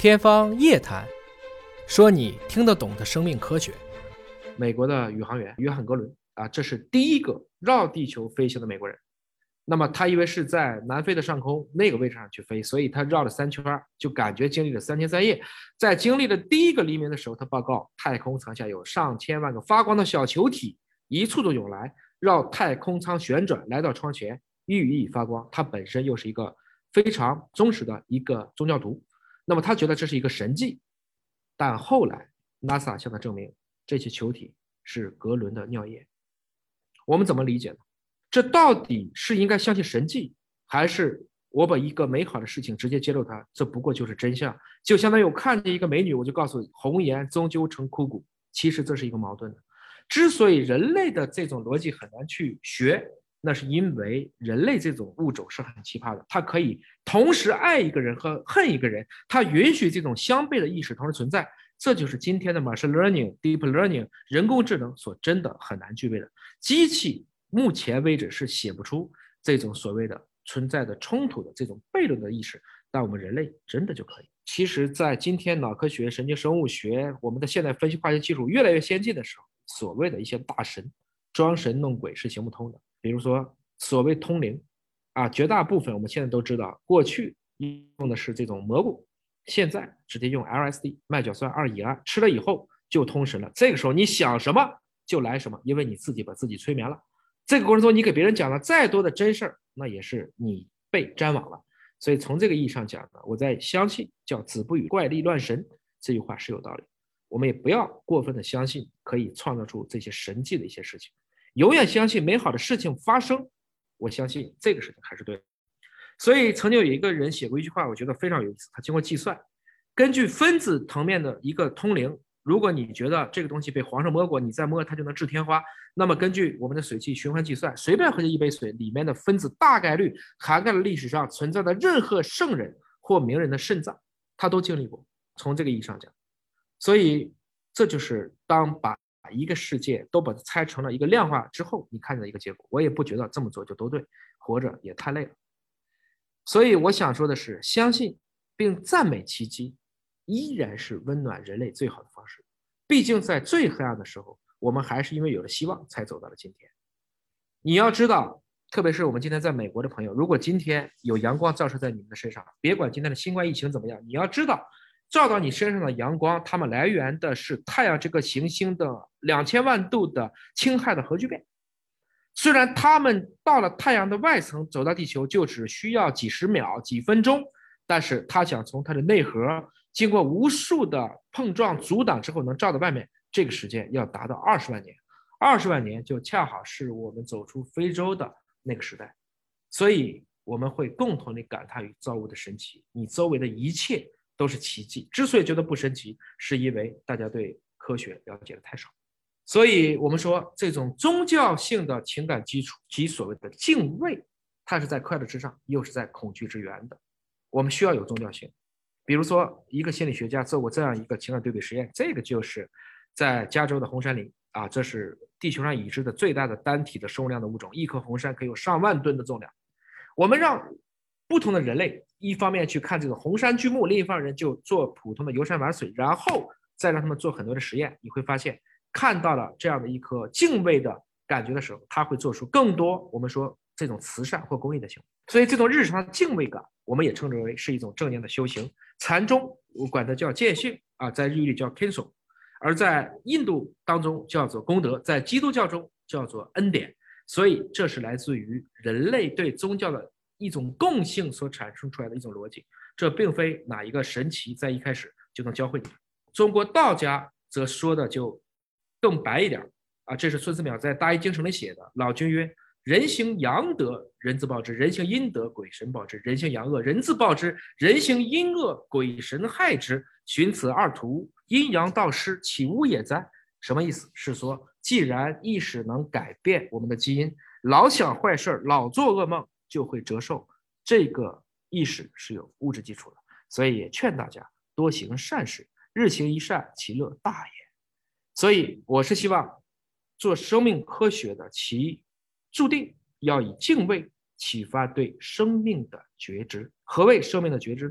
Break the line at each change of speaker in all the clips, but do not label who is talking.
天方夜谭，说你听得懂的生命科学。
美国的宇航员约翰·格伦这是第一个绕地球飞行的美国人。那么他因为是在南非的上空那个位置上去飞，所以他绕了3圈，就感觉经历了3天3夜。在经历了第一个黎明的时候，他报告太空舱下有上千万个发光的小球体一簇拥来，绕太空舱旋转，来到窗前熠熠发光。他本身又是一个非常忠实的一个宗教徒，那么他觉得这是一个神迹。但后来 NASA 向他证明这些球体是格伦的尿液。我们怎么理解呢？这到底是应该相信神迹，还是我把一个美好的事情直接揭露它，这不过就是真相？就相当于我看见一个美女，我就告诉红颜终究成枯骨。其实这是一个矛盾的。之所以人类的这种逻辑很难去学，那是因为人类这种物种是很奇葩的，它可以同时爱一个人和恨一个人，它允许这种相悖的意识同时存在。这就是今天的 machine learning、deep learning 人工智能所真的很难具备的。机器目前为止是写不出这种所谓的存在的冲突的这种悖论的意识，但我们人类真的就可以。其实在今天脑科学、神经生物学，我们的现代分析化学技术越来越先进的时候，所谓的一些大神装神弄鬼是行不通的。比如说所谓通灵绝大部分我们现在都知道，过去用的是这种蘑菇，现在直接用 LSD 麦角酸2乙胺吃了以后就通神了。这个时候你想什么就来什么，因为你自己把自己催眠了。这个过程中你给别人讲了再多的真事儿，那也是你被沾网了。所以从这个意义上讲呢，我在相信叫子不语怪力乱神这句话是有道理。我们也不要过分的相信可以创造出这些神迹的一些事情，永远相信美好的事情发生。我相信这个事情还是对的。所以曾经有一个人写过一句话，我觉得非常有意思。他经过计算，根据分子层面的一个通灵，如果你觉得这个东西被皇上摸过，你再摸它就能治天花，那么根据我们的水汽循环计算，随便喝一杯水里面的分子大概率涵盖了历史上存在的任何圣人或名人的肾脏，他都经历过。从这个意义上讲，所以这就是当把一个世界都把它拆成了一个量化之后，你看见的一个结果。我也不觉得这么做就都对，活着也太累了。所以我想说的是，相信并赞美奇迹依然是温暖人类最好的方式。毕竟在最黑暗的时候，我们还是因为有了希望才走到了今天。你要知道，特别是我们今天在美国的朋友，如果今天有阳光照射在你们的身上，别管今天的新冠疫情怎么样，你要知道照到你身上的阳光，它们来源的是太阳这个行星的2000万度的氢氦的核聚变。虽然它们到了太阳的外层走到地球就只需要几十秒几分钟，但是它想从它的内核经过无数的碰撞阻挡之后能照到外面，这个时间要达到20万年。20万年就恰好是我们走出非洲的那个时代。所以我们会共同地感叹于造物的神奇，你周围的一切都是奇迹。之所以觉得不神奇，是因为大家对科学了解的太少。所以我们说这种宗教性的情感基础及所谓的敬畏，它是在快乐之上，又是在恐惧之源的。我们需要有宗教性。比如说一个心理学家做过这样一个情感对比实验，这个就是在加州的红杉林这是地球上已知的最大的单体的生物量的物种，一颗红杉可以有上万吨的重量。我们让不同的人类一方面去看这个红杉巨木，另一方面就做普通的游山玩水，然后再让他们做很多的实验，你会发现看到了这样的一颗敬畏的感觉的时候，他会做出更多我们说这种慈善或公益的行为。所以这种日常的敬畏感，我们也称之为是一种正念的修行。禅宗我管它叫见性在日语里叫 Kenso， 而在印度当中叫做功德，在基督教中叫做恩典。所以这是来自于人类对宗教的一种共性所产生出来的一种逻辑，这并非哪一个神奇在一开始就能教会你。中国道家则说的就更白一点这是孙思邈在《大医精诚》里写的。老君曰：人行阳德，人自报之；人行阴德，鬼神报之；人行阳恶，人自报之；人行阴恶，鬼神害之。循此二途，阴阳道失，岂无也哉？什么意思？是说，既然意识能改变我们的基因，老想坏事，老做噩梦，就会折寿。这个意识是有物质基础的，所以也劝大家多行善事，日行一善，其乐大也。所以我是希望做生命科学的，其注定要以敬畏启发对生命的觉知。何谓生命的觉知呢？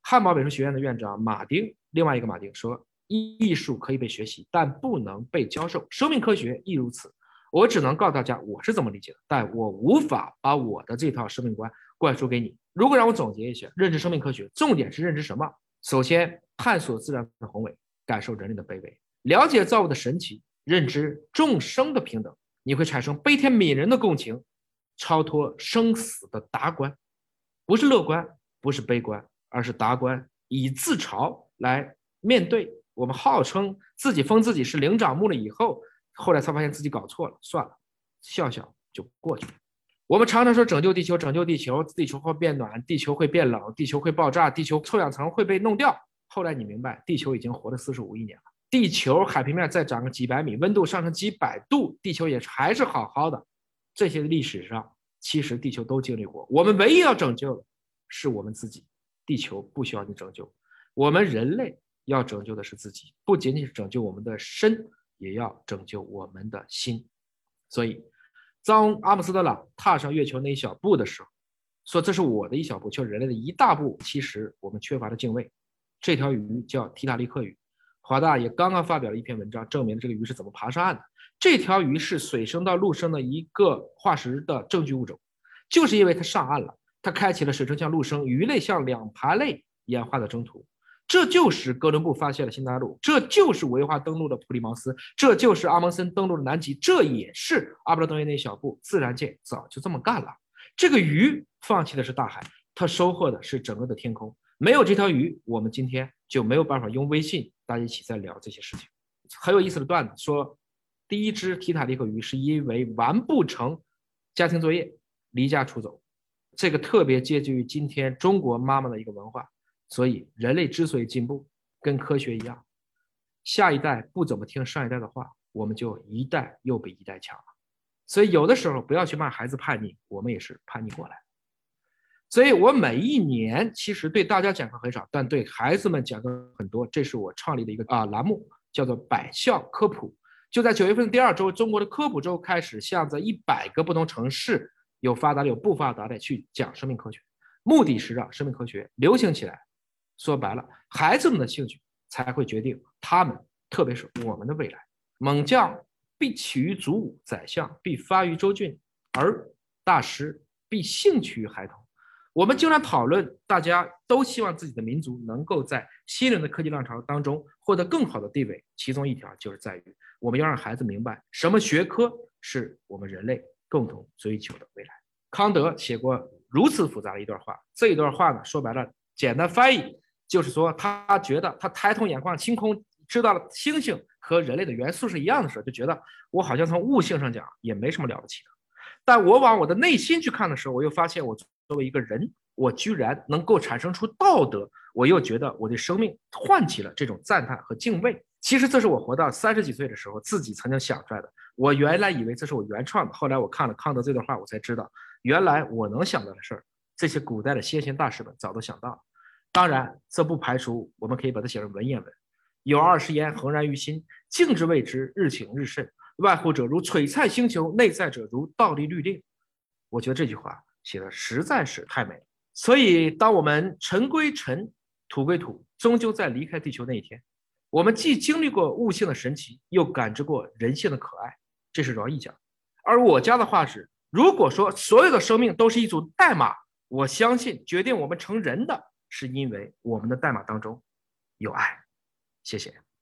汉堡美术学院的院长马丁，另外一个马丁说，艺术可以被学习，但不能被教授，生命科学亦如此。我只能告诉大家我是怎么理解的，但我无法把我的这套生命观灌输给你。如果让我总结一下，认知生命科学重点是认知什么？首先，探索自然的宏伟，感受人类的卑微，了解造物的神奇，认知众生的平等，你会产生悲天悯人的共情，超脱生死的达观，不是乐观，不是悲观，而是达观，以自嘲来面对。我们号称自己封自己是灵长目了以后，后来才发现自己搞错了，算了，笑笑就过去了。我们常常说拯救地球，拯救地球，地球会变暖，地球会变冷，地球会爆炸，地球臭氧层会被弄掉。后来你明白，地球已经活了45亿年了，地球海平面再涨个几百米，温度上升几百度，地球也还是好好的。这些历史上其实地球都经历过，我们唯一要拯救的是我们自己，地球不需要你拯救，我们人类要拯救的是自己，不仅仅是拯救我们的身，也要拯救我们的心。所以当阿姆斯特朗踏上月球那一小步的时候，说这是我的一小步，却是人类的一大步，其实我们缺乏了敬畏。这条鱼叫提塔利克鱼，华大也刚刚发表了一篇文章，证明这个鱼是怎么爬上岸的。这条鱼是水生到陆生的一个化石的证据物种，就是因为它上岸了，它开启了水生向陆生、鱼类向两爬类演化的征途。这就是哥伦布发现了新大陆，这就是维华登陆的普利茅斯，这就是阿蒙森登陆的南极，这也是阿布拉登月那小步。自然界早就这么干了。这个鱼放弃的是大海，它收获的是整个的天空。没有这条鱼，我们今天就没有办法用微信大家一起在聊这些事情。很有意思的段子说，第一只提塔利克鱼是因为完不成家庭作业离家出走，这个特别接近于今天中国妈妈的一个文化。所以人类之所以进步，跟科学一样，下一代不怎么听上一代的话，我们就一代又比一代强了。所以有的时候不要去骂孩子叛逆，我们也是叛逆过来。所以我每一年其实对大家讲课很少，但对孩子们讲课很多。这是我创立的一个栏目，叫做百校科普。就在9月份的第2周，中国的科普周开始，向在100个不同城市，有发达的有不发达的去讲生命科学，目的是让生命科学流行起来。说白了，孩子们的兴趣才会决定他们，特别是我们的未来。猛将必起于卒伍，宰相必发于州郡，而大师必兴趣于孩童。我们经常讨论，大家都希望自己的民族能够在新人的科技浪潮当中获得更好的地位，其中一条就是在于我们要让孩子明白什么学科是我们人类共同追求的未来。康德写过如此复杂的一段话，这一段话呢，说白了简单翻译就是说，他觉得他抬头眼观星空，知道了星星和人类的元素是一样的时候，就觉得我好像从悟性上讲也没什么了不起的。但我往我的内心去看的时候，我又发现我作为一个人，我居然能够产生出道德，我又觉得我对生命唤起了这种赞叹和敬畏。其实这是我活到30几岁的时候自己曾经想出来的。我原来以为这是我原创的，后来我看了康德这段话，我才知道原来我能想到的事儿，这些古代的先贤大师们早都想到了。当然，这不排除我们可以把它写成文言文。有20言恒然于心，静之谓之，日省日甚。外乎者如璀璨星球，内在者如倒立律令。我觉得这句话写的实在是太美了。所以，当我们尘归尘，土归土，终究在离开地球那一天，我们既经历过悟性的神奇，又感知过人性的可爱。这是饶毅讲。而我家的话是，如果说所有的生命都是一组代码，我相信决定我们成人的是因为我们的代码当中有爱。谢谢。